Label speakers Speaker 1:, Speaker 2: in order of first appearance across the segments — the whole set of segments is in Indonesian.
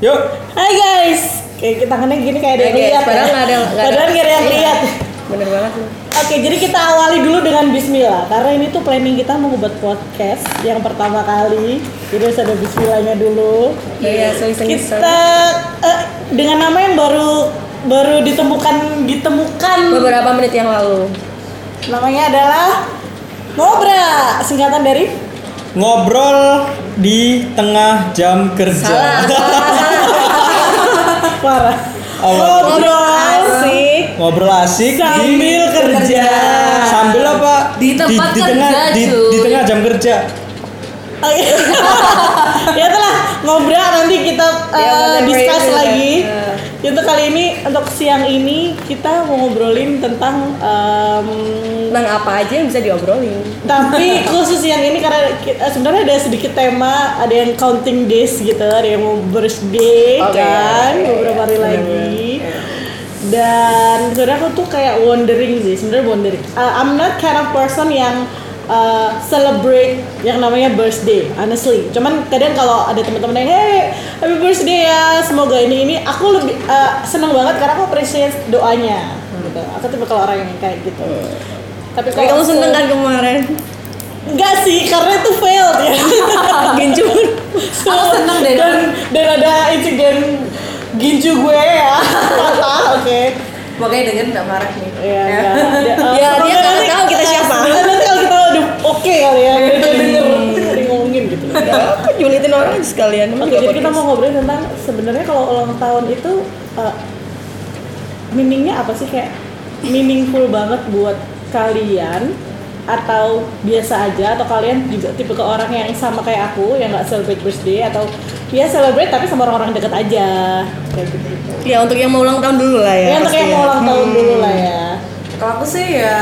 Speaker 1: Yuk.
Speaker 2: Hai guys. Kayak tangannya gini kayak ada yang lihat.
Speaker 3: Padahal nggak ada yang lihat. Bener banget lu.
Speaker 2: Oke, jadi kita awali dulu dengan bismillah. Karena ini tuh planning kita mau buat podcast yang pertama kali. Jadi harus ada bismillahnya dulu.
Speaker 3: Iya,
Speaker 2: Kita dengan nama yang baru ditemukan
Speaker 3: beberapa menit yang lalu.
Speaker 2: Namanya adalah Ngobra, singkatan dari
Speaker 1: Ngobrol di tengah jam kerja.
Speaker 2: Parah. Ngobrol asik
Speaker 1: sambil kerja. Sambil apa?
Speaker 4: Di tempat kerja,
Speaker 1: di tengah jam kerja.
Speaker 2: Ya telah, Ngobra nanti kita discuss lagi. Untuk kali ini, untuk siang ini kita mau ngobrolin tentang
Speaker 3: apa aja yang bisa diobrolin.
Speaker 2: Tapi khusus yang ini karena sebenarnya ada sedikit tema, ada yang counting days gitu, ada yang mau birthday beberapa hari lagi. Dan sebenarnya aku tuh kayak wondering. I'm not kind of person yang celebrate yang namanya birthday, honestly. Cuman kadang kalau ada teman-teman yang hey happy birthday ya, semoga ini aku lebih seneng banget karena aku appreciate doanya. Gitu. Aku tipe kalau orang yang kayak gitu. Tapi kalau
Speaker 3: kamu seneng kan kemarin?
Speaker 2: Enggak sih, karena itu failed ya.
Speaker 3: Gincu.
Speaker 4: Aku seneng deh.
Speaker 2: Dan ada insiden gincu gue ya. Oke.
Speaker 4: Makanya denger nggak marah nih.
Speaker 2: Iya.
Speaker 3: Ya dia nggak tahu kita siapa.
Speaker 2: Nanti kalau kita udah oke kali ya, dia denger kita ngomongin gitu.
Speaker 3: Aku julitin orang sekalian.
Speaker 2: Oke, jadi kita mau ngobrolin tentang sebenarnya kalau ulang tahun itu meaningnya apa sih, kayak meaningful banget buat kalian atau biasa aja, atau kalian juga tipe ke orang yang sama kayak aku yang nggak celebrate birthday atau ya celebrate tapi sama orang-orang dekat aja kayak gitu.
Speaker 3: Ya untuk yang mau ulang tahun dulu lah ya.
Speaker 2: Ya untuk yang mau ulang tahun dulu lah ya.
Speaker 4: Kalau aku sih ya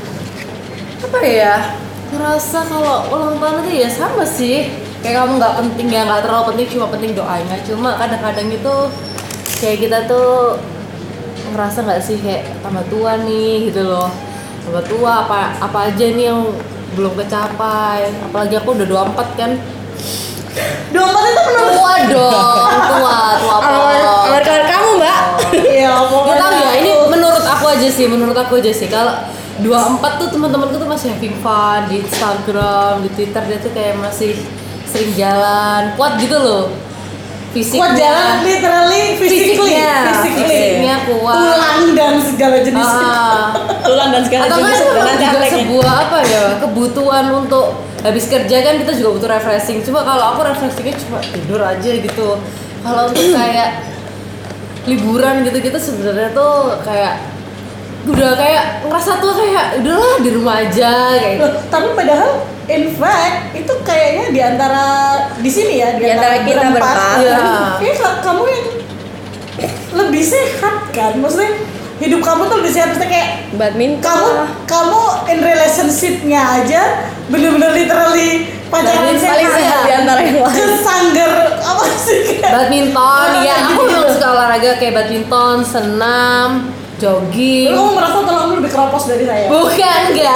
Speaker 4: apa ya, ngerasa kalau ulang tahun itu ya sama sih kayak kamu, nggak penting ya, nggak terlalu penting, cuma penting doanya. Cuma kadang-kadang itu kayak kita tuh ngerasa nggak sih kayak tambah tua nih gitu loh, tambah tua apa aja nih yang belum kecapai, apalagi aku udah 24 kan.
Speaker 2: 24 itu menurut
Speaker 4: tua dong, tua
Speaker 3: Awal kamu mbak.
Speaker 2: Iya,
Speaker 4: nggak tahu ya, ini menurut aku aja sih kalau 24 tuh teman-temanku tuh masih having fun di Instagram, di Twitter, dia tuh kayak masih sering jalan, kuat gitu loh fisiknya.
Speaker 2: Kuat jalan literally, fisiknya
Speaker 4: kuat.
Speaker 2: Tulang dan segala jenis.
Speaker 3: Tulang dan segala
Speaker 4: Atau
Speaker 3: jenis.
Speaker 4: kan juga sebuah apa ya, kebutuhan untuk habis kerja kan kita juga butuh refreshing. Cuma kalau aku refreshingnya cuma tidur aja gitu. Kalau untuk kayak liburan gitu-gitu sebenarnya tuh kayak udah kayak ngerasa tuh kayak udahlah di rumah aja kayak gitu.
Speaker 2: Tapi padahal in fact itu kayaknya di sini ya, di antara kita berempat. Kayaknya kamu yang lebih sehat kan, maksudnya hidup kamu tuh lebih sehat, maksudnya kayak
Speaker 3: badminton.
Speaker 2: Kamu in relationship-nya aja bener-bener literally pacaran
Speaker 3: paling sehat di antara yang lain.
Speaker 2: Kesanggar apa sih?
Speaker 4: Badminton, ya aku memang suka olahraga kayak badminton, senam, jogging.
Speaker 2: Kamu merasa tulang lebih keropos dari saya?
Speaker 4: Bukan, enggak.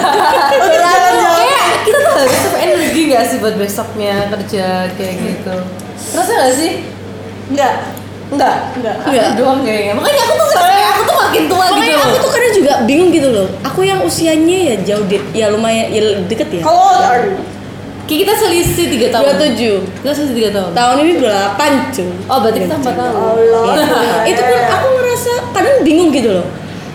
Speaker 4: Kayak kita tuh harus tetap energi nggak sih buat besoknya kerja kayak gitu. Terasa nggak sih?
Speaker 2: Enggak.
Speaker 4: Doang kayaknya. Makanya aku tuh makin tua gitu.
Speaker 3: Makanya aku tuh kadang juga bingung gitu loh. Aku yang usianya ya jauh ya lumayan ya deket ya.
Speaker 2: How old are you?
Speaker 4: Kayak kita selisih 3 tahun.
Speaker 3: 27.
Speaker 4: Kita selisih 3 tahun.
Speaker 3: Tahun ini 28 cuy.
Speaker 4: Oh, berarti kita 4 tahun.
Speaker 2: Allah.
Speaker 3: Itu pun aku ngerasa kadang bingung gitu loh.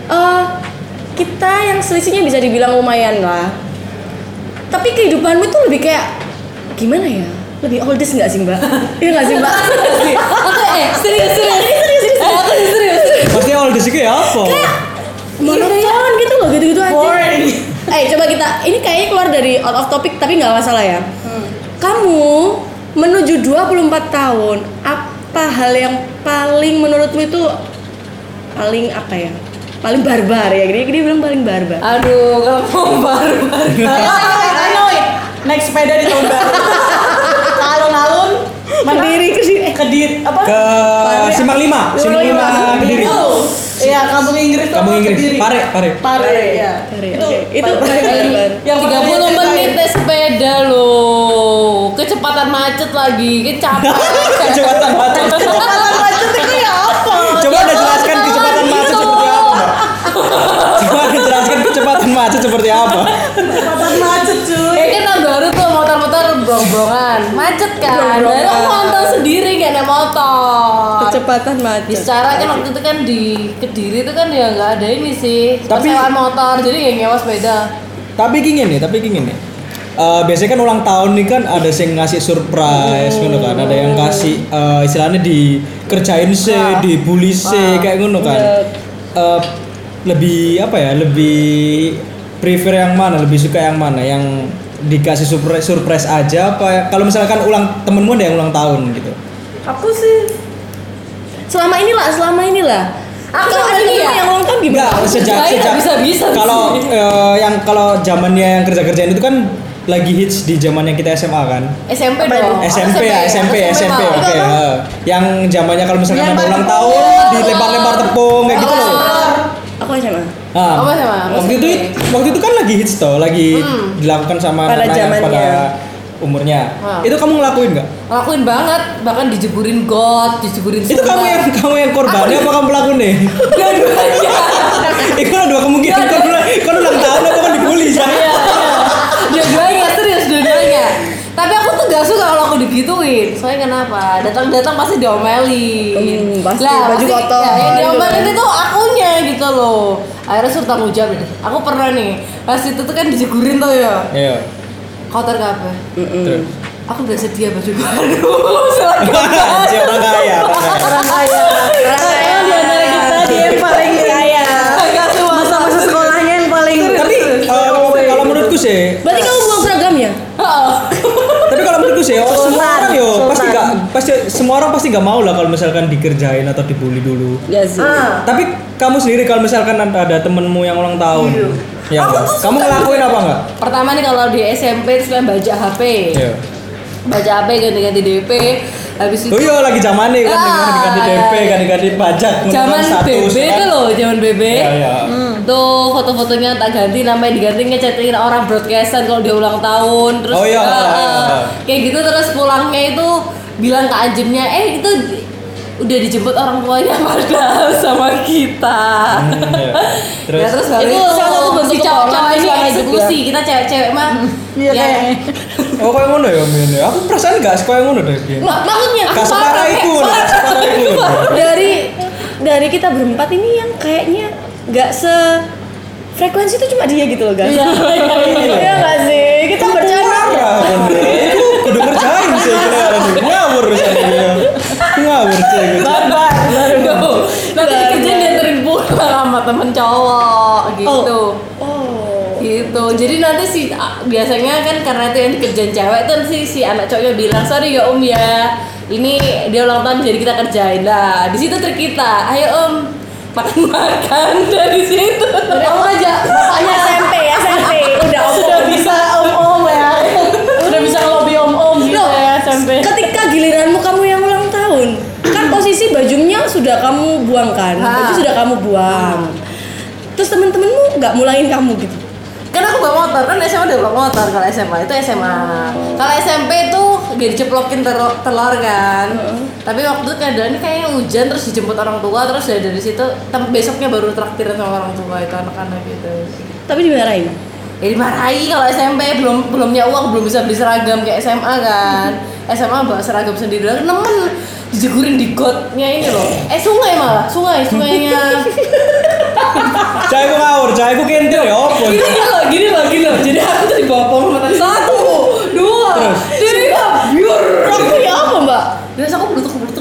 Speaker 3: Kita yang selisihnya bisa dibilang lumayan lah. Tapi kehidupanmu tuh lebih kayak gimana ya? Lebih oldies nggak sih mbak? Iya nggak sih mbak?
Speaker 4: Oke, serius.
Speaker 1: Maksudnya oldies itu ya apa?
Speaker 3: Monoton gitu loh, gitu-gitu aja.
Speaker 2: Boring.
Speaker 3: Coba kita, ini kayaknya keluar dari out of topic tapi nggak masalah ya. Kamu menuju 24 tahun, apa hal yang paling menurutmu itu paling apa ya? Paling barbar ya, dia bilang paling barbar.
Speaker 4: Aduh, kamu barbar.
Speaker 2: I know it. Naik sepeda di tahun baru. Alun-alun
Speaker 3: Mandiri ke sini.
Speaker 2: Kediri apa?
Speaker 1: Ke Simpang 5 Kediri.
Speaker 2: Iya, Iya, kampung Inggris tuh
Speaker 1: Kampung Inggris.
Speaker 2: Kediri.
Speaker 1: Pare.
Speaker 2: Pare, ya.
Speaker 3: Itu itu
Speaker 4: Yang 30 menit naik sepeda loh. Kecepatan macet lagi, capek.
Speaker 1: Kecepatan macet.
Speaker 2: Kecepatan macet itu ya apa?
Speaker 1: Coba Anda jelaskan kecepatan macet seperti apa, Mbak? Coba Anda jelaskan kecepatan macet seperti apa?
Speaker 2: Kecepatan macet cuy.
Speaker 4: Ya kan tahun baru tuh motor-motor brong-brongan, macet kan. Baru aku nonton sendiri gak naik motor.
Speaker 3: kecepatan macet.
Speaker 4: Bicara kan waktu itu kan di Kediri itu kan ya nggak ada ini sih,
Speaker 1: Tapi-
Speaker 4: sewaan motor, jadi nggak nyewa sepeda.
Speaker 1: Tapi gini nih. Biasanya kan ulang tahun nih kan ada yang ngasih surprise ngono kan, ada yang kasih istilahnya dikerjain sih, dibully sih kayak ngono kan. Lebih apa ya? Lebih prefer yang mana? Lebih suka yang mana? Yang dikasih surprise aja apa ya? Kalau misalkan temenmu ada yang ulang tahun gitu.
Speaker 4: Aku sih,
Speaker 3: Selama inilah.
Speaker 4: Aku
Speaker 3: Kalau
Speaker 4: sama
Speaker 3: ada
Speaker 4: ini
Speaker 3: temen
Speaker 4: ya.
Speaker 3: yang ulang tahun gimana?
Speaker 1: Enggak, sejak
Speaker 4: Saya nggak bisa-bisa
Speaker 1: kalau kalau zamannya yang kerjain itu kan lagi hits di zamannya kita SMA kan.
Speaker 4: SMP dong.
Speaker 1: SMP ya, SMP
Speaker 4: Malah.
Speaker 1: oke. Yang zamannya kalau misalkan ada ulang tahun dilempar-lempar tepung kayak gitu loh.
Speaker 3: Aku SMA.
Speaker 1: Nah,
Speaker 4: Apa sama?
Speaker 1: waktu itu kan lagi hits toh, lagi dilakukan sama
Speaker 3: Pada
Speaker 1: anak-anak yang
Speaker 3: zamannya.
Speaker 1: pada umurnya. Itu kamu ngelakuin nggak?
Speaker 4: Lakuin banget, bahkan dijeburin got, dijeburin
Speaker 1: Itu kamu yang korbannya apa kamu pelaku nih?
Speaker 4: dua-duanya.
Speaker 1: Itu kan dua kemungkinan kan ulang tahun atau kan dibully saya.
Speaker 4: Dua-duanya, serius dua-duanya. Tapi aku tuh gak suka kalau aku digituin. Soalnya kenapa? Datang-datang pasti diomelin.
Speaker 3: Pasti, baju kotor.
Speaker 4: Ya, yang diomelin itu akunya gitu loh. Akhirnya suruh tanggung jawab deh. Aku pernah nih, pas itu tuh kan dijegurin tuh ya.
Speaker 1: Iya.
Speaker 4: Kotor gak apa?
Speaker 1: Terus.
Speaker 4: Aku udah sedia baju baru. Selagi
Speaker 1: Si orang kaya.
Speaker 2: Orang kaya. Kaya di antara kita dia yang paling kaya.
Speaker 4: Gak semua.
Speaker 2: Masa-masa sekolahnya yang paling.
Speaker 1: Tapi kalau menurutku sih,
Speaker 3: Berarti kamu buang seragamnya?
Speaker 1: tapi kalau menurutku sih semua orang
Speaker 2: Sultan.
Speaker 1: semua orang pasti nggak mau lah kalau misalkan dikerjain atau dibully dulu.
Speaker 3: Ya sih.
Speaker 1: Tapi kamu sendiri kalau misalkan ada temenmu yang ulang tahun, ya
Speaker 4: Aku
Speaker 1: nggak?
Speaker 4: tuh
Speaker 1: Kamu
Speaker 4: suka
Speaker 1: ngelakuin
Speaker 4: gitu.
Speaker 1: apa nggak?
Speaker 4: Pertama nih kalau di SMP terus kan baca HP.
Speaker 1: Iya.
Speaker 4: Baca HP ganti-ganti DP. Habis itu
Speaker 1: Oh iya lagi zamannya kan
Speaker 4: Ah,
Speaker 1: ganti DP, ganti pajak,
Speaker 4: zaman
Speaker 1: menentukan
Speaker 4: BB
Speaker 1: status,
Speaker 4: itu
Speaker 1: kan?
Speaker 4: loh, zaman BB.
Speaker 1: Iya, iya.
Speaker 4: Tuh foto-fotonya tak ganti, namanya diganti ngechattingin orang broadcastan kalau dia ulang tahun. Terus
Speaker 1: Oh iya,
Speaker 4: kayak gitu terus pulangnya itu bilang ke anjemnya, itu udah dijemput orang tuanya padahal sama kita.
Speaker 1: Iya. Terus,
Speaker 4: Ya, terus baru
Speaker 3: Itu
Speaker 4: itu
Speaker 3: salah satu bentuk
Speaker 4: si cowok
Speaker 3: kepala
Speaker 4: ini
Speaker 3: sama juga.
Speaker 4: eksekusi, kita cewek-cewek mah.
Speaker 2: Iya
Speaker 4: ya,
Speaker 2: kayaknya.
Speaker 1: oh kayak ngono ya Min. Aku perasaan nggak kayak ngono deh. Min.
Speaker 3: Maksudnya
Speaker 1: Gak separah itu, gak separah itu.
Speaker 3: dari kita berempat ini yang kayaknya nggak se frekuensi itu cuma dia gitu loh guys. Iya nggak sih? Kita bercanda.
Speaker 1: Parah, bener. Itu kudu ngerjain sih kira-kira nih. Ngawur misalnya dia. Ngawur sih gitu.
Speaker 4: Tuh, nanti dikerjain dianterin pulang sama temen cowok gitu. Gitu. Jadi nanti biasanya kan karena itu yang dikerjain cewek tuh si anak cowoknya bilang, "Sorry ya Om ya. Ini dia ulang tahun jadi kita kerjain." Nah, di situ trik kita. "Ayo Om, makan-makan dari situ."
Speaker 3: Kamu aja bapaknya SMP udah
Speaker 2: Sudah bisa om-om ya. Udah bisa ngelobi om-om gitu
Speaker 3: Loh,
Speaker 2: ya SMP.
Speaker 3: ketika giliranmu kamu yang ulang tahun, kan posisi bajunya sudah kamu buang kan, baju sudah kamu buang. Terus temen-temenmu nggak mulangin kamu gitu?
Speaker 4: Kan aku bawa motor, kan SMA udah bawa motor. Kalau SMA itu SMA. Kalau SMP itu gak diceplokin telur kan. Tapi waktu itu keadaannya kayaknya hujan terus dijemput orang tua, terus dari situ besoknya baru traktir sama orang tua itu anak-anak gitu.
Speaker 3: Tapi dimarahin.
Speaker 4: Ya dimarahi kalau SMP belum punya uang, belum bisa beli seragam kayak SMA kan. SMA bawa seragam sendiri, nemen dijegurin di gotnya ini loh. Sungainya.
Speaker 1: Cai ku ngawur, cai ku kentil ya opo.
Speaker 4: Gini loh. Jadi aku tuh di bawah pengamatan 1, 2, 3, biur.
Speaker 3: Kamu ya apa mbak?
Speaker 4: Terus aku beletuk.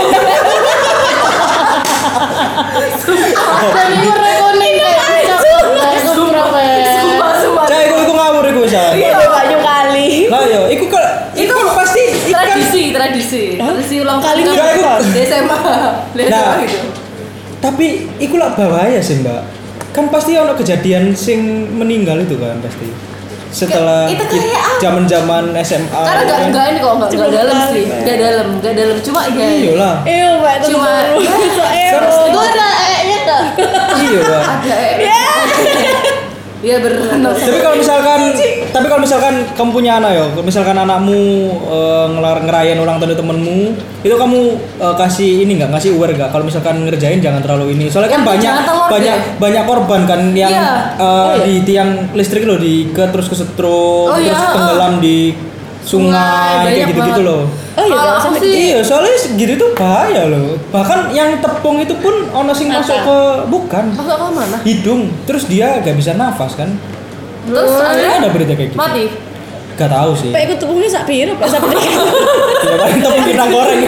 Speaker 2: Dan itu rekoning kayak cakep berapa ya?
Speaker 4: Sumpah.
Speaker 1: Cai ku ngawur iku sa.
Speaker 3: Iya banyak kali.
Speaker 1: Lah yo, iku pasti ikan
Speaker 4: Tradisi ulang
Speaker 3: Kalinya
Speaker 4: tahun
Speaker 1: apa?
Speaker 4: di SMA. Di SMA
Speaker 1: Nah.
Speaker 4: gitu.
Speaker 1: Tapi iku lah bahaya sih, Mbak. Kan pasti ono kejadian sing meninggal itu kan pasti. Setelah
Speaker 4: Itu kayak apa?
Speaker 1: zaman-zaman SMA.
Speaker 4: Karena
Speaker 1: kan.
Speaker 4: enggak ini kok enggak dalam sih. Enggak dalam. Cuma ya.
Speaker 1: Iyalah.
Speaker 3: Mbak itu
Speaker 4: Cuma
Speaker 3: itu
Speaker 2: Gue ada kayaknya
Speaker 1: Iya, Pak.
Speaker 4: Ada Iya bener.
Speaker 1: Tapi kalau misalkan kamu punya anak ya, misalkan anakmu ngerayain ulang tahun temenmu, itu kamu kasih ini nggak, ngasih aware nggak? Kalau misalkan ngerjain jangan terlalu ini. Soalnya kan banyak korban kan yang di tiang listrik loh, diikat terus kesetrum, terus tenggelam di sungai kayak gitu-gitu loh.
Speaker 3: Oh iya,
Speaker 1: Iya, soalnya gitu tuh bahaya loh. Bahkan yang tepung itu pun ono sing masuk ke
Speaker 4: Masuk ke mana?
Speaker 1: hidung, terus dia gak bisa nafas kan?
Speaker 4: Terus
Speaker 1: Ada berita kayak gitu.
Speaker 4: mati.
Speaker 1: Gak tahu sih.
Speaker 3: Pak ikut tepungnya sak piro, Pak sak pernikahan.
Speaker 1: Ya paling tepung pinang goreng.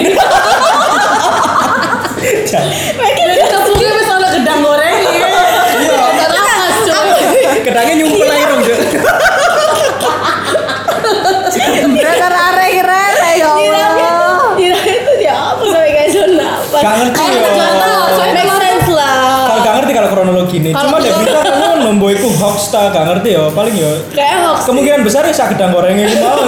Speaker 4: Jadi tepungnya misalnya gedang goreng. Iya.
Speaker 1: Kedangnya nyumpul air dong.
Speaker 4: Bener are-are ya Allah.
Speaker 3: Kira itu dia apa sampai kayak iso nafas.
Speaker 1: Gak ngerti ya.
Speaker 3: Make sense lah.
Speaker 1: Kalau gak ngerti kalau kronologi ini, cuma dia berita kan membawa itu hoax ta, gak ngerti ya. Paling ya
Speaker 3: Kayak hoax.
Speaker 1: kemungkinan besar ya sak gedang gorengnya itu mau.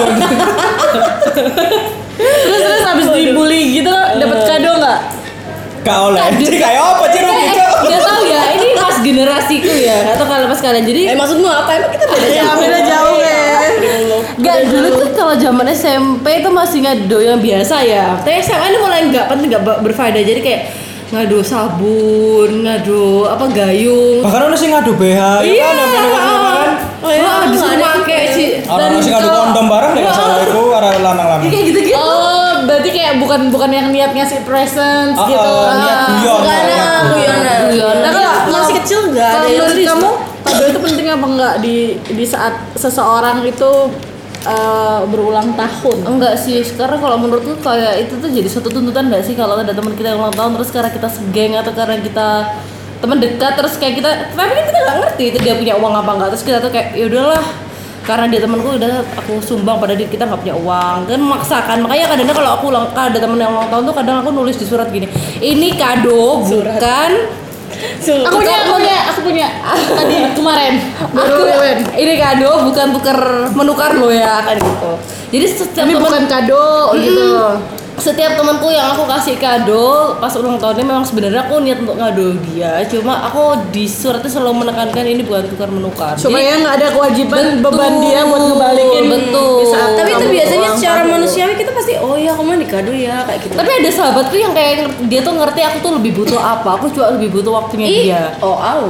Speaker 2: Terus habis dibully gitu dapat kado nggak?
Speaker 1: Gak oleh. Jadi kayak apa sih Robi?
Speaker 4: Gak tau ya, ini pas generasiku ya, atau kalau pas kalian jadi
Speaker 3: Maksudmu apa? Emang kita beda
Speaker 2: Ya
Speaker 3: jauh.
Speaker 2: beda jauh ya.
Speaker 4: Gak dulu tuh kalau zaman SMP itu masih ngado yang biasa ya. Tapi SMA ini mulai nggak penting, nggak berfaedah. Jadi kayak ngado sabun, ngado apa gayung.
Speaker 1: Bahkan ono sing ngadu BH ya kan, kan.
Speaker 4: Wah, disuruh pakai sih.
Speaker 1: Orang sing ngadu kondom bareng ya salah itu arah lanang-lanang.
Speaker 4: Kayak gitu-gitu.
Speaker 2: Oh, berarti kayak bukan yang niat ngasih presents gitu.
Speaker 1: Niat guyon.
Speaker 3: Guyonan. Nah, kalau masih kecil enggak ada
Speaker 2: Kalau
Speaker 3: yang
Speaker 2: menurut
Speaker 3: serius.
Speaker 2: kamu kado itu penting apa enggak di saat seseorang itu berulang tahun?
Speaker 4: Enggak sih, sekarang kalau menurutku kayak itu tuh jadi suatu tuntutan enggak sih kalau ada teman kita yang ulang tahun terus karena kita segeng atau karena kita teman dekat terus kayak kita, tapi kan kita nggak ngerti itu dia punya uang apa enggak, terus kita tuh kayak ya udahlah karena dia temanku udah aku sumbang pada dia, kita nggak punya uang kan memaksakan. Makanya kadang-kadang kalau aku ada temen yang ulang tahun tuh kadang aku nulis di surat gini, ini kado bukan
Speaker 2: Aku punya tadi kemarin baru
Speaker 4: ini kado bukan menukar lo ya kan gitu. Jadi setiap
Speaker 2: tapi bukan kado gitu.
Speaker 4: Setiap temanku yang aku kasih kado pas ulang tahunnya memang sebenarnya aku niat untuk ngado dia, cuma aku di suratnya selalu menekankan ini bukan tukar menukar.
Speaker 2: Supaya nggak ada kewajiban
Speaker 4: Betul,
Speaker 2: beban dia buat ngebalikin
Speaker 4: betul.
Speaker 2: di saat
Speaker 3: Tapi itu
Speaker 2: kamu
Speaker 3: biasanya
Speaker 2: ulang
Speaker 3: secara
Speaker 2: tahun.
Speaker 3: manusiawi kita pasti oh ya kemana di kado ya kayak gitu.
Speaker 4: Tapi ada sahabatku yang kayak dia tuh ngerti aku tuh lebih butuh apa, aku cuma lebih butuh waktunya dia.
Speaker 3: Oh, au.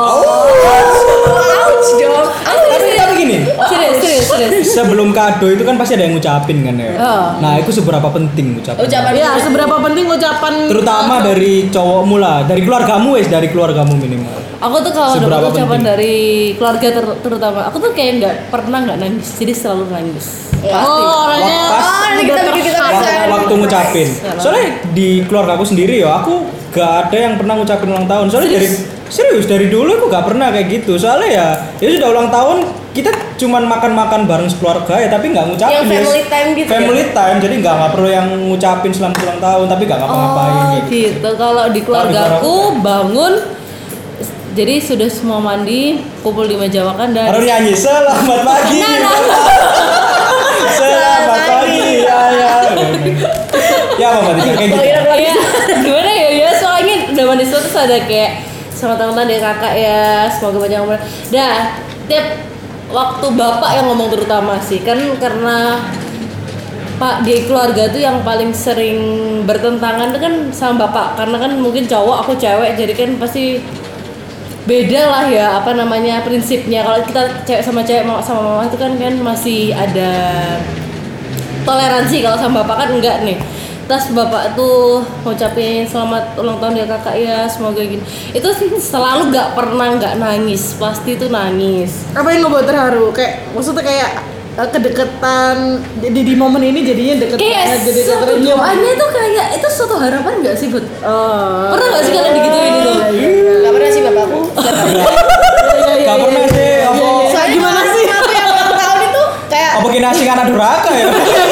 Speaker 1: Ouch
Speaker 3: dong.
Speaker 1: Tapi gini,
Speaker 4: Serius.
Speaker 1: sebelum kado itu kan pasti ada yang ngucapin kan ya. Nah, itu seberapa penting ucapan.
Speaker 2: Ya, seberapa penting ucapan
Speaker 1: Terutama dari cowokmu lah, dari keluargamu dari keluargamu minimal.
Speaker 4: Aku tuh kalau
Speaker 1: Seberapa
Speaker 4: dapat ucapan
Speaker 1: penting?
Speaker 4: dari keluarga terutama, aku tuh kayak nggak pernah nggak nangis, jadi selalu nangis. Pasti.
Speaker 2: orangnya
Speaker 3: ini kita
Speaker 1: Waktu ngucapin. Soalnya di keluargaku sendiri ya, aku gak ada yang pernah ngucapin ulang tahun. Soalnya dari dulu aku gak pernah kayak gitu. Soalnya ya sudah ulang tahun kita cuman makan-makan bareng sekeluarga ya, tapi nggak ngucapin.
Speaker 3: Yang family time gitu
Speaker 1: Family time, jadi nggak perlu yang ngucapin selamat ulang tahun, tapi nggak ngapa-ngapain kayak gitu.
Speaker 4: Gitu. Kalau di keluargaku bangun, jadi sudah semua mandi, kumpul di meja makan dan
Speaker 1: Baru nyanyi selamat pagi. Selamat pagi ya. Ya apa berarti kayak gitu.
Speaker 4: ya gimana ya soalnya udah mandi semua terus ada kayak selamat ulang tahun ya kakak ya, semoga panjang umur. Dah tiap waktu bapak yang ngomong terutama sih kan karena Pak di keluarga tuh yang paling sering bertentangan tuh kan sama bapak, karena kan mungkin cowok aku cewek jadi kan pasti beda lah ya apa namanya prinsipnya. Kalau kita cewek sama mama itu kan masih ada toleransi, kalau sama bapak kan enggak nih. Terus bapak tuh ngucapin selamat ulang tahun ya kakak ya, semoga gini. Itu selalu nggak pernah nggak nangis, pasti tuh nangis.
Speaker 2: apa yang ngebuat terharu? Kayak maksudnya kayak kedekatan di momen ini jadinya deket
Speaker 4: Kayak
Speaker 2: banget, jadi
Speaker 4: suatu
Speaker 2: tersenyum.
Speaker 4: doanya tuh kayak itu suatu harapan nggak sih buat pernah nggak sih kalian digituin itu?
Speaker 3: Gak pernah sih bapakku.
Speaker 1: Gak pernah sih.
Speaker 3: Soalnya
Speaker 2: Gimana sih?
Speaker 3: Aku yang ulang tahun itu kayak
Speaker 1: Apa kinasi karena durhaka ya?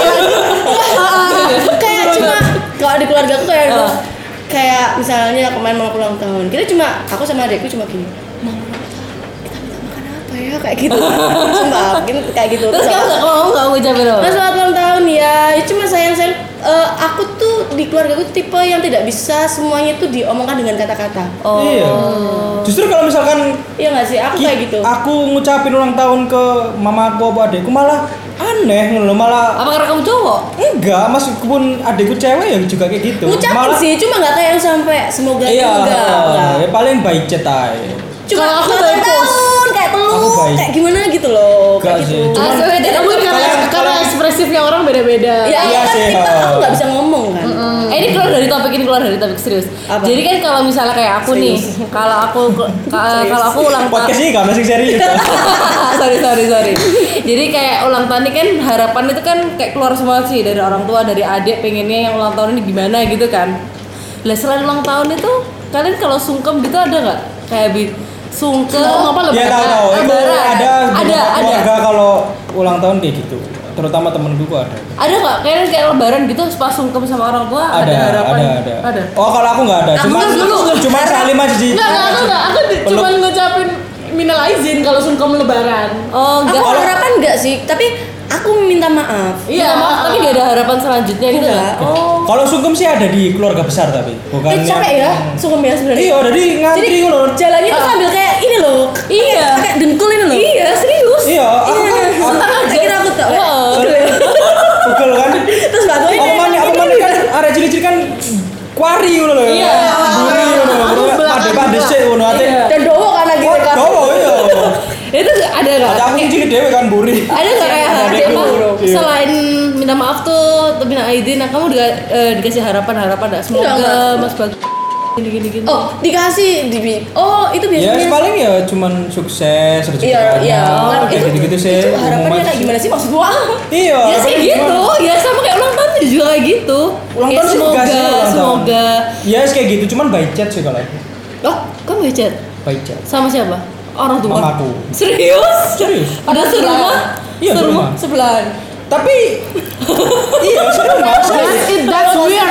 Speaker 3: kayak cuma kalau di keluarga aku kayak misalnya kemarin mau ulang tahun kita cuma aku sama adekku cuma gini mau ulang tahun kita minta makan apa ya kayak gitu sumpah mungkin kayak gitu
Speaker 4: Terus kamu nggak ngucapin apa?
Speaker 3: selamat ulang tahun ya cuma sayang aku tuh di keluarga aku tipe yang tidak bisa semuanya tuh diomongkan dengan kata-kata.
Speaker 1: Iya. Justru kalau misalkan
Speaker 3: Iya nggak sih? Aku kayak gitu.
Speaker 1: Aku ngucapin ulang tahun ke mama aku apa adekku malah aneh ngono, malah
Speaker 4: Apa karena kamu cowok?
Speaker 1: enggak, meskipun adekku cewek ya juga kayak gitu.
Speaker 3: Ngucapin sih, cuma nggak kayak yang sampai semoga
Speaker 1: Iya,
Speaker 3: enggak.
Speaker 1: ya paling by chat aja.
Speaker 3: Cuma
Speaker 2: Kalau aku
Speaker 3: ulang
Speaker 2: by post.
Speaker 3: tahun kayak
Speaker 1: Aku
Speaker 3: telur,
Speaker 1: by-
Speaker 3: kayak gimana gitu loh.
Speaker 1: Enggak
Speaker 3: Kayak
Speaker 1: sih,
Speaker 3: gitu.
Speaker 1: cuma-
Speaker 2: Kamu karena ekspresifnya orang beda-beda.
Speaker 3: Ya,
Speaker 1: Iya
Speaker 3: kan
Speaker 1: sih,
Speaker 3: tipe
Speaker 1: oh.
Speaker 3: aku nggak bisa ngomong kan.
Speaker 4: Ini keluar dari topik serius.
Speaker 3: Apa?
Speaker 4: Jadi kan kalau misalnya kayak aku nih, kalau aku ulang tahun,
Speaker 1: Podcast ini kan masih serius.
Speaker 4: sorry. Jadi kayak ulang tahun ini kan harapan itu kan kayak keluar semua sih dari orang tua, dari adik pengennya yang ulang tahun ini gimana gitu kan. Lah selain ulang tahun itu kalian kalau sungkem gitu ada nggak? Kayak sungkem apa
Speaker 1: Ya tahu. Itu
Speaker 4: Lebaran.
Speaker 1: ada
Speaker 4: ada.
Speaker 1: keluarga kalau ulang tahun kayak gitu. Terutama temen gue ada.
Speaker 4: Ada nggak? Kayak lebaran gitu pas sungkem sama orang tua ada harapan? Ada.
Speaker 1: Oh, kalau aku nggak ada. Cuma salim aja sih.
Speaker 2: Enggak. Aku cuma ngucapin minal aizin kalau sungkem lebaran.
Speaker 4: Oh,
Speaker 3: Aku
Speaker 4: enggak.
Speaker 3: harapan enggak sih, tapi aku minta maaf.
Speaker 4: Iya, tapi gak ada harapan selanjutnya gitu
Speaker 3: Enggak.
Speaker 4: kan? Oh.
Speaker 1: Kalau sungkem sih ada di keluarga besar tapi bukan.
Speaker 3: Capek ya, sungkem ya sebenarnya.
Speaker 1: Iya, jadi ngantri
Speaker 3: Jadi
Speaker 1: loh.
Speaker 3: jalannya tuh sambil kayak ini loh.
Speaker 4: Iya.
Speaker 3: Kayak dengkul ini loh.
Speaker 4: Iya, serius.
Speaker 1: Iya, aku
Speaker 3: Akhirnya aku tak.
Speaker 1: pegel kan.
Speaker 3: Terus bagus.
Speaker 1: Aku mana kan ada ciri-ciri kan kuari ngono lho.
Speaker 4: Iya.
Speaker 1: Buri ngono. Pade sik ngono ate.
Speaker 3: Dan dowo kan lagi.
Speaker 1: Oh, dowo iya.
Speaker 4: Itu ada nggak?
Speaker 1: Ada aku cilik dhewe kan buri.
Speaker 4: Ada nggak kayak
Speaker 1: Ada
Speaker 4: harapan
Speaker 1: demo. Iya.
Speaker 4: selain minta maaf tuh, minta aidin, nah kamu dikasih harapan nggak? Semoga
Speaker 3: Enggak.
Speaker 4: Mas Bagus gini.
Speaker 3: Oh, dikasih itu
Speaker 1: Ya
Speaker 3: biasanya.
Speaker 1: paling ya cuman sukses rezeki
Speaker 3: Iya, iya.
Speaker 1: banyak,
Speaker 3: Kan
Speaker 1: kayak gitu-gitu sih.
Speaker 3: Itu harapannya
Speaker 1: umum
Speaker 3: kayak
Speaker 1: aja.
Speaker 3: gimana sih maksud gua?
Speaker 1: Iya.
Speaker 4: Ya sih
Speaker 1: paling
Speaker 4: gitu,
Speaker 1: gimana?
Speaker 4: ya sama kayak ulang tahun juga kayak gitu.
Speaker 1: Ulang
Speaker 4: Kayak
Speaker 1: tahun sih enggak sih, ulang tahun.
Speaker 4: semoga.
Speaker 1: Ya kayak gitu, cuman by chat sih kalau aku.
Speaker 4: Oh, kamu ngechat
Speaker 1: By chat.
Speaker 4: sama siapa? Orang tua.
Speaker 1: Mamaku.
Speaker 4: Serius?
Speaker 1: Serius.
Speaker 4: Ada serumah?
Speaker 1: Iya, serumah.
Speaker 4: Sebelahan.
Speaker 1: Tapi iya serumah.
Speaker 2: That's weird.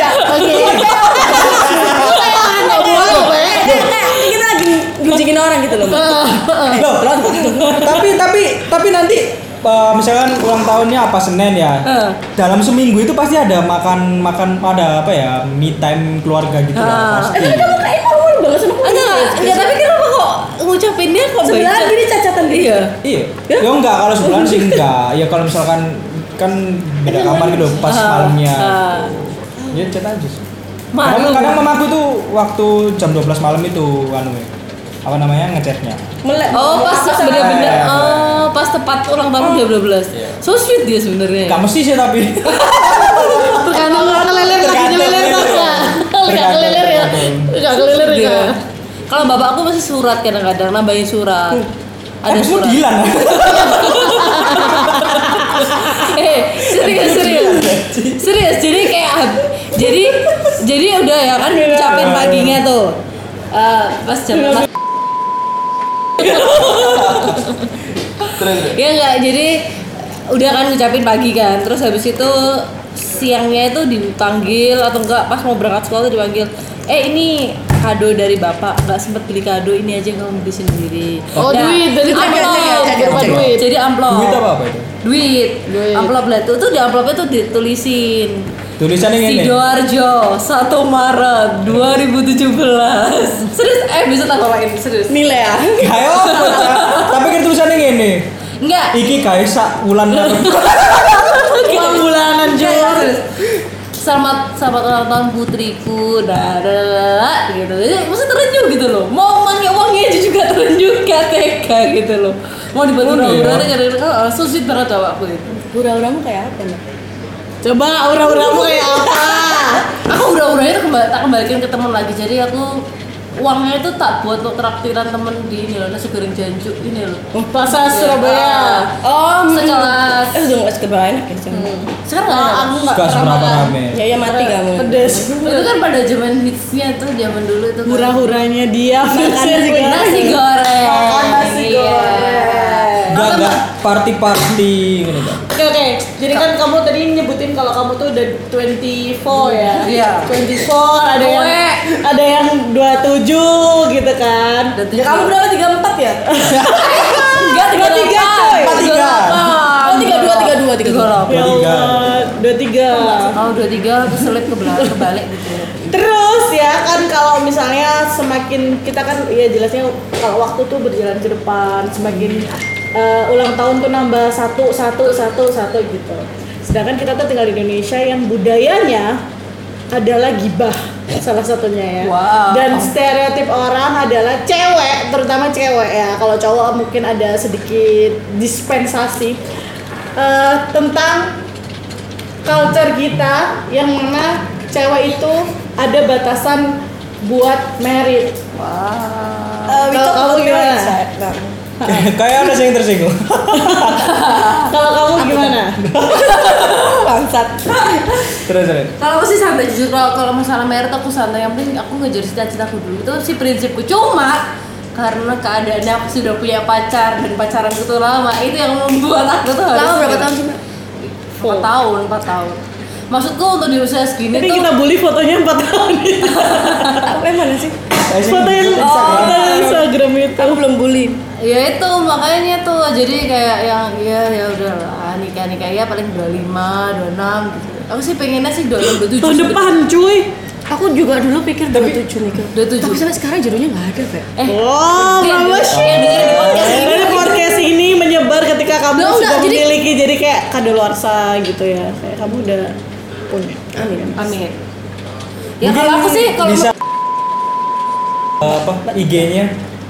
Speaker 3: Kayak kita lagi gunjingin orang gitu loh.
Speaker 1: Loh, tapi nanti misalkan ulang tahunnya apa Senin ya. Dalam seminggu itu pasti ada makan ada apa ya? Me time keluarga gitu lah pasti.
Speaker 3: Tapi kamu kayak normal banget sama aku.
Speaker 4: Enggak, tapi kenapa kok ngucapinnya kok
Speaker 3: Sebelah
Speaker 4: baca?
Speaker 3: gini cacatan gitu.
Speaker 4: Iya.
Speaker 1: Iya. Ya enggak kalau sebulan sih enggak. Ya kalau misalkan kan beda kamar gitu pas malamnya. Ya chat aja sih. Kadang mamaku tuh waktu jam 12 malam itu apa namanya ngechatnya.
Speaker 4: Oh, pas bener-bener.
Speaker 1: Iya.
Speaker 4: Oh, pas tepat ulang tahun jam 12.
Speaker 1: Iya.
Speaker 4: So sweet dia sebenarnya.
Speaker 1: Enggak mesti sih tapi.
Speaker 2: Terkadang keleler lagi keleler enggak keleler ya. Enggak keleler ya.
Speaker 4: Iya. Kalau bapak aku masih surat kadang-kadang nambahin surat. Ada
Speaker 1: Semua
Speaker 4: surat.
Speaker 1: Dilan.
Speaker 4: Serius. Jadi kayak jadi udah ya kan ucapin paginya tuh. Pas jam ya enggak, jadi udah kan ngucapin pagi kan, terus habis itu siangnya itu dipanggil atau enggak pas mau berangkat sekolah tuh dipanggil, ini kado dari bapak, nggak sempet beli kado, ini aja kamu beli sendiri.
Speaker 2: Oh,
Speaker 4: Nah,
Speaker 2: duit dari
Speaker 4: amplop.
Speaker 2: duit.
Speaker 4: Jadi amplop.
Speaker 1: Duit apa itu?
Speaker 4: Duit. Amplop lah tuh di amplopnya tuh ditulisin
Speaker 1: Tulisannya ini.
Speaker 4: Sidoarjo 1 Maret 2017. Serius, bisa tak bawain serius.
Speaker 3: Nilai ya.
Speaker 1: Ayo, tapi kan tulisannya gini.
Speaker 4: Enggak.
Speaker 1: Iki kaisa wulan
Speaker 2: Uang bulanan
Speaker 4: Serius. Selamat ulang tahun putriku, gitu. Jadi maksudnya terenyuh gitu loh. Mau pakai uangnya aja juga terenyuh KTK gitu loh. Mau dibantu hura-hura kadang-kadang so sweet banget bapakku itu.
Speaker 3: Hura-huramu kayak apa, Mbak?
Speaker 2: Coba aura-auramu kayak apa?
Speaker 4: Aku hura-huranya tuh tak kembalikan ke teman lagi. Jadi aku uangnya itu tak buat untuk traktiran temen di ini loh, nasi goreng Janjuk ini loh.
Speaker 2: Pasar Surabaya.
Speaker 3: Oh,
Speaker 4: Sekelas.
Speaker 3: udah nggak sekebar enak ya sekarang.
Speaker 4: Sekarang nggak ada.
Speaker 2: Aku nggak
Speaker 1: Gak seberapa rame.
Speaker 3: Ya mati kamu.
Speaker 2: pedes.
Speaker 4: Itu kan pada zaman hitsnya tuh zaman dulu itu kan.
Speaker 2: Hura-huranya dia
Speaker 4: Nasi goreng.
Speaker 2: Makan nasi
Speaker 4: Iya.
Speaker 2: goreng.
Speaker 1: Gak party gitu kan.
Speaker 2: Oke. Jadi kan kamu tadi nyebutin kalau kamu tuh udah 24 ya.
Speaker 4: Iya.
Speaker 2: 24 ada yang 27 gitu kan.
Speaker 3: Ya kamu berapa 34 ya?
Speaker 4: Enggak
Speaker 2: 33 coy.
Speaker 1: 43.
Speaker 3: Oh 32 32
Speaker 2: Ya Allah. 23.
Speaker 4: Kalau 23 keselip kebalik gitu.
Speaker 2: Terus ya kan kalau misalnya semakin kita kan ya jelasnya kalau waktu tuh berjalan ke depan semakin ulang tahun tuh nambah satu gitu. Sedangkan kita tuh tinggal di Indonesia yang budayanya adalah gibah salah satunya ya.
Speaker 4: Wow.
Speaker 2: Dan stereotip orang adalah cewek, terutama cewek ya. Kalau cowok mungkin ada sedikit dispensasi tentang culture kita yang mana cewek itu ada batasan buat merit.
Speaker 4: Wah.
Speaker 2: Kalau kamu gimana?
Speaker 1: Kayak ada yang tersinggung.
Speaker 2: Kalau kamu gimana?
Speaker 3: Bangsat.
Speaker 1: Terus.
Speaker 4: Kalau aku sih santai jujur kalau masalah merit aku santai, yang penting aku ngejar cita-citaku dulu. Itu sih prinsipku. Cuma karena keadaannya aku sudah punya pacar dan pacaranku tuh lama, itu yang membuat aku tuh harus.
Speaker 3: Lama berapa tahun sih, Mbak?
Speaker 4: 4 tahun. Maksudku untuk di usia segini
Speaker 2: Ini
Speaker 4: tuh
Speaker 2: kita bully fotonya 4 tahun itu.
Speaker 3: Apa yang mana sih?
Speaker 2: Foto yang Instagram itu.
Speaker 3: Aku belum bully.
Speaker 4: ya itu makanya tuh jadi kayak yang ya udahlah nikah ya paling 25, 26 gitu. Aku sih pengennya sih 26, 27
Speaker 2: Tahun depan cuy.
Speaker 3: Aku juga dulu pikir 27 nikah.
Speaker 4: 27.
Speaker 3: Tapi sampai sekarang jodohnya nggak ada, Pak.
Speaker 2: Wow, bagus.
Speaker 4: Yang dengerin di podcast ini.
Speaker 2: Dari podcast ini menyebar ketika kamu
Speaker 3: Nggak,
Speaker 2: sudah
Speaker 3: jadi-
Speaker 2: memiliki jadi kayak kadaluarsa gitu ya. Kayak kamu udah punya.
Speaker 3: Amin.
Speaker 4: Amin. Ya kalau aku sih kalau
Speaker 1: bisa apa IG-nya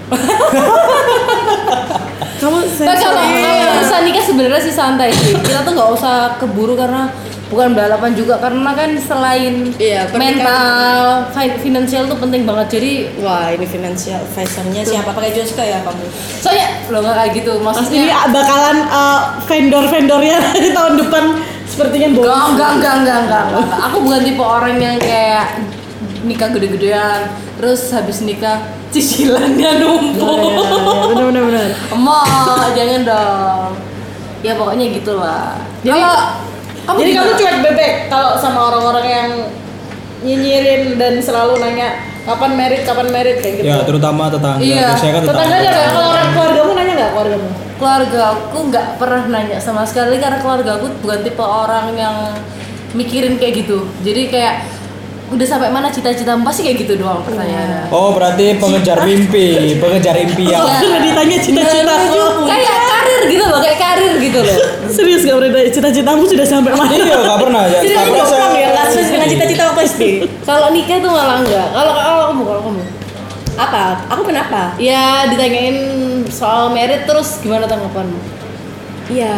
Speaker 2: Kamu
Speaker 4: Nah, kalau urusan nikah sebenarnya sih santai sih. Kita tuh nggak usah keburu karena bukan balapan juga, karena kan selain
Speaker 3: Iya,
Speaker 4: mental, finansial tuh penting banget. Jadi
Speaker 3: Wah, ini financial advisor-nya siapa? Pakai Joska ya kamu?
Speaker 4: soalnya lo nggak kayak gitu
Speaker 2: ini
Speaker 4: maksudnya.
Speaker 2: bakalan vendor-vendornya di tahun depan sepertinya bonus.
Speaker 4: Enggak. Aku bukan tipe orang yang kayak nikah gede-gedean, terus habis nikah cicilannya numpuk.
Speaker 2: Ya, benar.
Speaker 4: Emak, jangan dong. Ya pokoknya gitulah.
Speaker 2: Jadi-
Speaker 4: Kalau
Speaker 2: Jadi kamu
Speaker 4: gimana?
Speaker 2: cuek bebek kalau sama orang-orang yang nyinyirin dan selalu nanya kapan merit kayak gitu.
Speaker 1: ya terutama tetangga.
Speaker 4: Iya.
Speaker 1: Saya kan
Speaker 2: Tetangga ada nggak? Kalau orang keluargamu nanya nggak keluargamu?
Speaker 4: Keluarga aku nggak pernah nanya sama sekali karena keluarga aku bukan tipe orang yang mikirin kayak gitu. Jadi kayak udah sampai mana cita-citamu pasti kayak gitu doang pertanyaannya.
Speaker 1: Oh, berarti pengejar mimpi, pengejar impian.
Speaker 2: Pernah ditanya cita-cita aku.
Speaker 4: Kayak karir gitu loh, kayak karir gitu loh.
Speaker 2: Serius gak pernah ditanya cita-citamu sudah sampai mana?
Speaker 1: Iya, nggak pernah ya.
Speaker 3: Jadi
Speaker 1: Tapi
Speaker 3: gampang
Speaker 1: saya-
Speaker 3: ya, nggak sesuai dengan cita-cita waktu SD.
Speaker 4: Kalau nikah tuh malah enggak. Kalau kamu.
Speaker 3: Apa? Aku kenapa?
Speaker 4: Ya ditanyain soal merit terus gimana tanggapanmu?
Speaker 3: Ya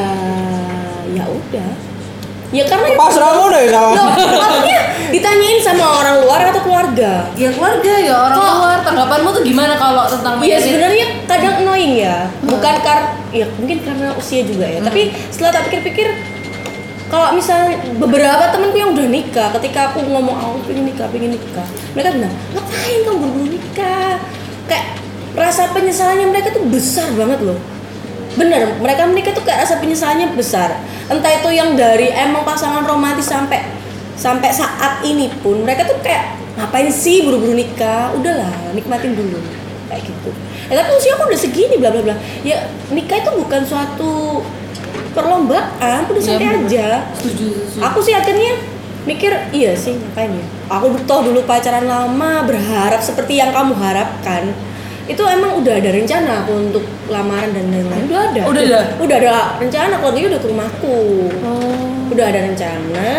Speaker 3: udah. Ya karena
Speaker 1: Pasrah deh sama.
Speaker 3: Loh, maksudnya ditanyain sama orang luar atau keluarga?
Speaker 4: Ya keluarga ya orang
Speaker 3: Kok-
Speaker 4: luar. Tanggapanmu tuh gimana kalau tentang
Speaker 3: Iya
Speaker 4: merit?
Speaker 3: sebenarnya kadang annoying ya, bukan ya mungkin karena usia juga ya. Tapi setelah tak pikir-pikir, kalau misalnya beberapa temanku yang udah nikah, ketika aku ngomong aku pengen nikah, mereka bilang ngapain kamu buru-buru nikah? Kayak rasa penyesalannya mereka tuh besar banget loh. Bener, mereka menikah tuh kayak rasa penyesalannya besar. Entah itu yang dari emang pasangan romantis sampai saat ini pun mereka tuh kayak ngapain sih buru-buru nikah? Udahlah, nikmatin dulu. Kayak gitu. Tapi usia aku udah segini bla bla bla. Ya nikah itu bukan suatu perlombaan, udah santai aja.
Speaker 4: Setuju.
Speaker 3: Aku sih akhirnya mikir iya sih ngapain ya. Aku toh dulu pacaran lama berharap seperti yang kamu harapkan. Itu emang udah ada rencana aku untuk lamaran dan lain-lain. Udah ada. Udah ada rencana, kalau dia udah ke rumahku. Udah ada rencana.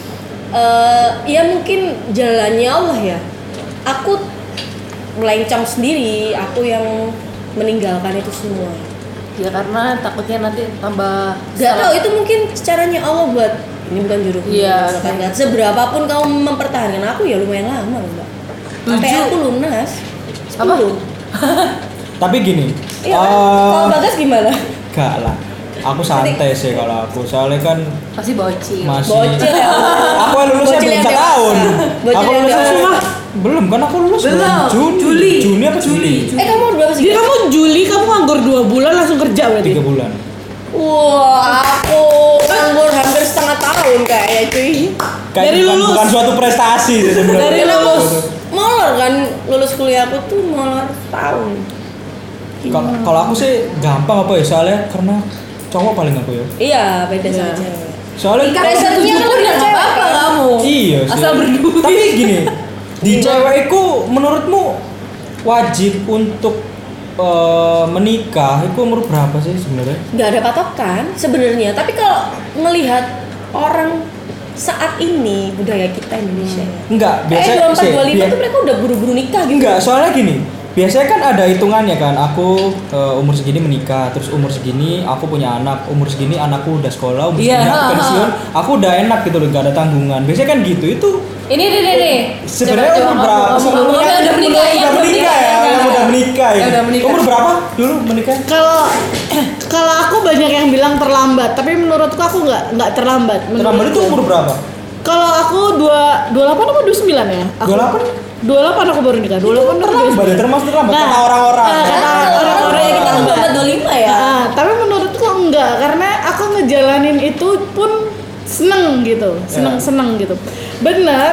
Speaker 3: Ya mungkin jalannya Allah ya. Aku melencang sendiri, aku yang meninggalkan itu semua.
Speaker 4: Ya karena takutnya nanti tambah
Speaker 3: Gak tahu itu mungkin caranya Allah buat ini bukan jodohku.
Speaker 4: Iya.
Speaker 3: Misalkan nggak seberapapun kamu mempertahankan aku ya lumayan lama loh mbak. Sampai aku lunas. 10.
Speaker 1: Tapi gini.
Speaker 3: Iya kan? Kalau Bagas gimana?
Speaker 1: Gak lah. Aku santai sih kalau aku. Soalnya kan
Speaker 4: pasti bocil.
Speaker 1: masih.
Speaker 3: Bocil ya.
Speaker 1: Aku lulusnya
Speaker 3: Bocil
Speaker 1: belum
Speaker 3: yang
Speaker 1: setahun.
Speaker 3: dewasa. Bocil
Speaker 1: Aku
Speaker 3: yang
Speaker 1: lulusnya
Speaker 3: dewasa.
Speaker 1: belum kan aku lulus
Speaker 4: Belum.
Speaker 1: bulan Juni apa Juli?
Speaker 3: Kamu berapa sih?
Speaker 2: Jadi kamu Juli kamu nganggur 2 bulan langsung kerja berarti?
Speaker 1: 3 bulan.
Speaker 3: Wah, aku nganggur hampir setengah tahun kayaknya cuy.
Speaker 1: Kayak
Speaker 2: Dari
Speaker 1: bukan,
Speaker 2: lulus.
Speaker 1: bukan suatu prestasi sih sebenarnya.
Speaker 2: Dari
Speaker 3: Karena aku
Speaker 2: lulus.
Speaker 3: molor kan, lulus kuliah aku tuh molor tahun.
Speaker 1: Kalau aku sih gampang apa ya soalnya karena cowok paling aku ya.
Speaker 3: Iya, beda sama
Speaker 2: Iya.
Speaker 3: cewek.
Speaker 1: Soalnya
Speaker 3: pressure-nya kan
Speaker 4: Udah
Speaker 3: udah
Speaker 4: nggak
Speaker 3: cewek
Speaker 4: apa-apa
Speaker 3: kan?
Speaker 4: kamu.
Speaker 1: iya sih.
Speaker 4: Asal berduit.
Speaker 1: Tapi gini, di cewek itu menurutmu wajib untuk menikah itu umur berapa sih sebenarnya?
Speaker 3: Nggak ada patokan sebenarnya, tapi kalau melihat orang saat ini budaya kita Indonesia ya.
Speaker 1: Enggak, biasanya
Speaker 3: 24 25 tuh mereka udah buru-buru nikah gitu.
Speaker 1: Enggak, soalnya gini. Biasanya kan ada hitungannya kan. Aku umur segini menikah, terus umur segini aku punya anak, umur segini anakku udah sekolah, umur segini aku pensiun, aku udah enak gitu loh, gak ada tanggungan. Biasanya kan gitu. Itu
Speaker 4: Ini.
Speaker 1: sebenarnya
Speaker 4: Coba,
Speaker 1: umur berapa?
Speaker 4: kamu udah menikah ya?
Speaker 1: Udah menikah ya, yang udah menikah ya.
Speaker 4: Ya, udah menikah.
Speaker 1: Umur berapa dulu menikah?
Speaker 2: Kalau aku banyak yang bilang terlambat, tapi menurutku aku nggak terlambat.
Speaker 1: Terlambat itu umur berapa?
Speaker 2: Kalau aku 28 apa 29 ya? Aku, 28 aku baru nikah. 28 atau 29.
Speaker 1: Terlambat ya, termasuk terlambat
Speaker 2: Nah,
Speaker 1: kata orang-orang.
Speaker 2: kata orang-orang
Speaker 3: Kita kan
Speaker 2: terlambat.
Speaker 3: 25 ya.
Speaker 2: Tapi menurutku enggak, karena aku ngejalanin itu pun seneng gitu, seneng gitu. Bener,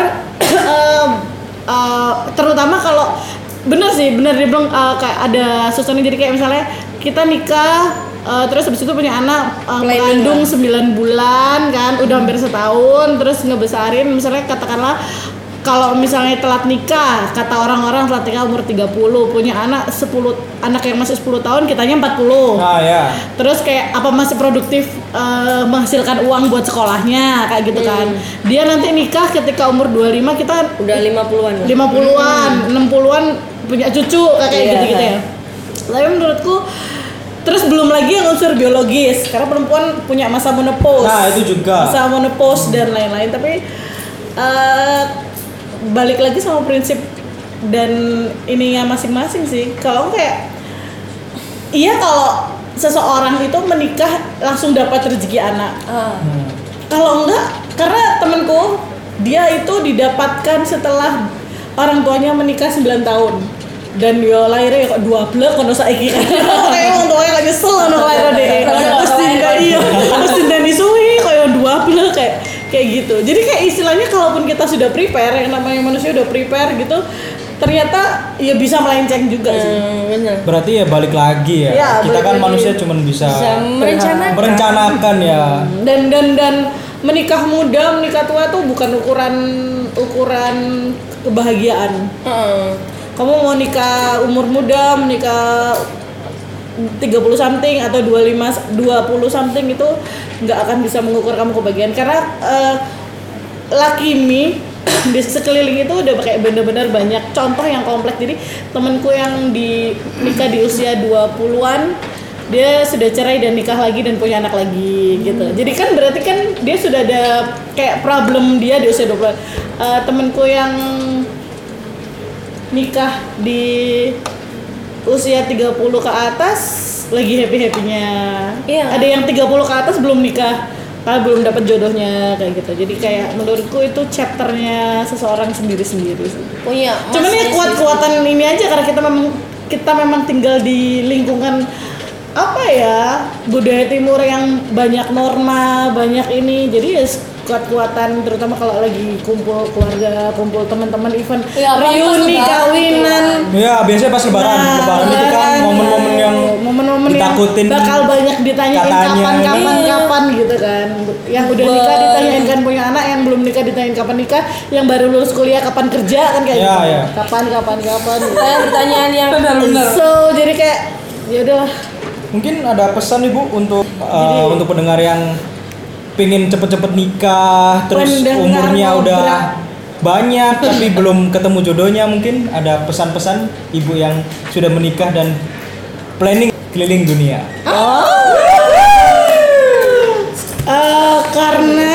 Speaker 2: terutama kalau bener dia bilang kayak ada susunan, jadi kayak misalnya kita nikah terus habis itu punya anak mengandung 9 bulan kan, udah hampir setahun, terus ngebesarin, misalnya katakanlah kalau misalnya telat nikah, kata orang-orang telat nikah umur 30, punya anak 10, anak yang masih 10 tahun, kitanya 40.
Speaker 1: Nah, ya.
Speaker 2: Terus kayak apa masih produktif menghasilkan uang buat sekolahnya kayak gitu kan. Dia nanti nikah ketika umur 25, kita
Speaker 3: Udah 50-an.
Speaker 2: 50-an, 60-an punya cucu kayak gitu-gitu ya. Tapi menurutku terus belum lagi yang unsur biologis, karena perempuan punya masa menopause.
Speaker 1: Nah, itu juga.
Speaker 2: Masa menopause dan lain-lain, tapi balik lagi sama prinsip dan ininya masing-masing sih. Kalau kayak iya, kalau seseorang itu menikah langsung dapat rezeki anak. Kalau enggak, karena temenku dia itu didapatkan setelah orang tuanya menikah 9 tahun. Dan dia lahirnya kok 12 kono saiki kan. Kayak wong tuane kok nyesel ono lahir dhewe. Terus tinggal iya, terus tinggal disuwi koyo 12 kayak gitu. Jadi kayak istilahnya kalaupun kita sudah prepare, yang namanya manusia udah prepare gitu, ternyata ya bisa melenceng juga sih.
Speaker 3: Bener.
Speaker 1: Berarti ya balik lagi ya.
Speaker 2: Ya,
Speaker 1: Kita
Speaker 2: balik
Speaker 1: kan
Speaker 2: lagi.
Speaker 1: manusia cuma bisa
Speaker 3: merencanakan
Speaker 1: ya.
Speaker 2: Dan menikah muda, menikah tua tuh bukan ukuran kebahagiaan. Kamu mau nikah umur muda, menikah 30 something atau 20 something itu nggak akan bisa mengukur kamu kebahagiaan, karena laki mi di sekeliling itu udah kayak bener-bener banyak contoh yang kompleks. Jadi temenku yang nikah di usia 20-an, dia sudah cerai dan nikah lagi dan punya anak lagi gitu. Jadi kan berarti kan dia sudah ada kayak problem dia di usia 20-an. Temenku yang nikah di usia 30 ke atas lagi happy-happynya.
Speaker 3: Iya.
Speaker 2: Ada yang 30 ke atas belum nikah karena belum dapat jodohnya kayak gitu. Jadi kayak menurutku itu chapternya seseorang sendiri-sendiri sih.
Speaker 3: Punya.
Speaker 2: Cuman ya kuat-kuatan ini aja, karena kita memang tinggal di lingkungan apa ya, budaya timur yang banyak norma, banyak ini. Jadi ya kuat-kuatan, terutama kalau lagi kumpul keluarga, kumpul teman-teman, event
Speaker 4: Ya,
Speaker 2: reuni, kawinan.
Speaker 1: Ya, biasanya pas lebaran itu kan momen-momen yang ditakutin,
Speaker 2: yang bakal banyak ditanyain kapan gitu kan. Yang udah nikah ditanyain kan punya anak, yang belum nikah ditanyain kapan nikah, yang baru lulus kuliah kapan kerja kan kayak
Speaker 1: Ya,
Speaker 2: gitu.
Speaker 1: ya.
Speaker 2: Kapan gitu.
Speaker 3: Pertanyaan yang
Speaker 4: Benar.
Speaker 2: So, jadi kayak ya udahlah.
Speaker 1: Mungkin ada pesan Ibu untuk pendengar yang pengen cepet-cepet nikah, terus
Speaker 2: Pendengar
Speaker 1: umurnya
Speaker 2: mau
Speaker 1: udah banyak tapi belum ketemu jodohnya, mungkin ada pesan-pesan Ibu yang sudah menikah dan planning keliling dunia.
Speaker 2: Karena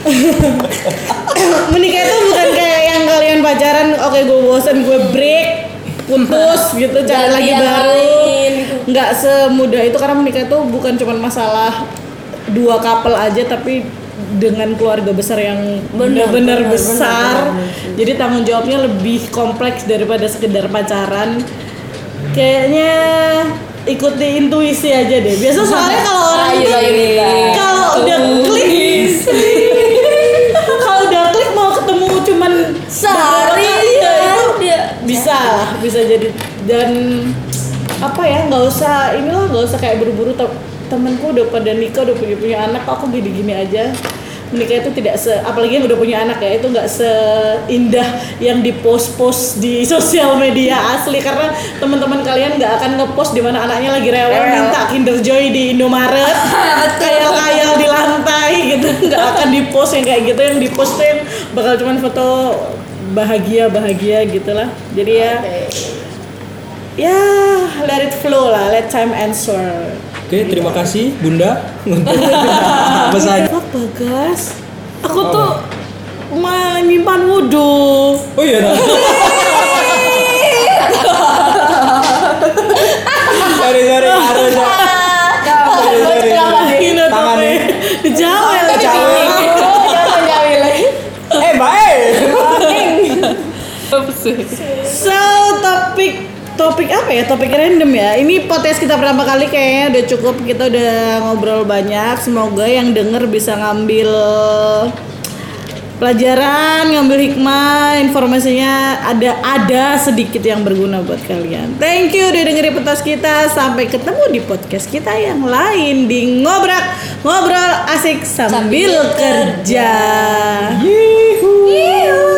Speaker 2: menikah itu bukan kayak yang kalian pacaran, oke gue bosan, gue break, putus gitu, cari lagi
Speaker 3: yang
Speaker 2: baru.
Speaker 3: lain gitu.
Speaker 2: Nggak semudah itu, karena menikah itu bukan cuma masalah dua couple aja, tapi dengan keluarga besar yang benar-benar besar. Jadi tanggung jawabnya lebih kompleks daripada sekedar pacaran. Kayaknya ikuti intuisi aja deh. Biasa soalnya kalau orang itu kalau udah klik, kalau udah klik mau ketemu cuman
Speaker 3: sehari
Speaker 2: ya, itu
Speaker 3: dia
Speaker 2: bisa jadi. Dan apa ya, nggak usah kayak buru-buru. Temenku udah pada nikah, udah punya anak, aku gini-gini aja. menikah itu tidak apalagi yang udah punya anak ya, itu nggak seindah yang dipost-post di sosial media asli, karena teman-teman kalian nggak akan ngepost di mana anaknya lagi rewel minta Kinder Joy di Indomaret kayak di lantai gitu, nggak akan dipost yang kayak gitu. Yang dipost tuh yang bakal cuman foto bahagia gitulah. Jadi ya let it flow lah, let time answer.
Speaker 1: Oke, terima kasih Bunda untuk pesan.
Speaker 2: Fuck Bagas, aku tuh menyimpan wudhu.
Speaker 1: Oh iya. Sorry. Tangannya
Speaker 2: Dijawel.
Speaker 1: Mbak
Speaker 2: So topik apa ya? Topik random ya. Ini podcast kita pertama kali kayaknya udah cukup. Kita udah ngobrol banyak. Semoga yang denger bisa ngambil pelajaran, ngambil hikmah, informasinya ada sedikit yang berguna buat kalian. Thank you udah dengerin podcast kita. Sampai ketemu di podcast kita yang lain di ngobrol asik sambil kerja.
Speaker 1: Yuhu.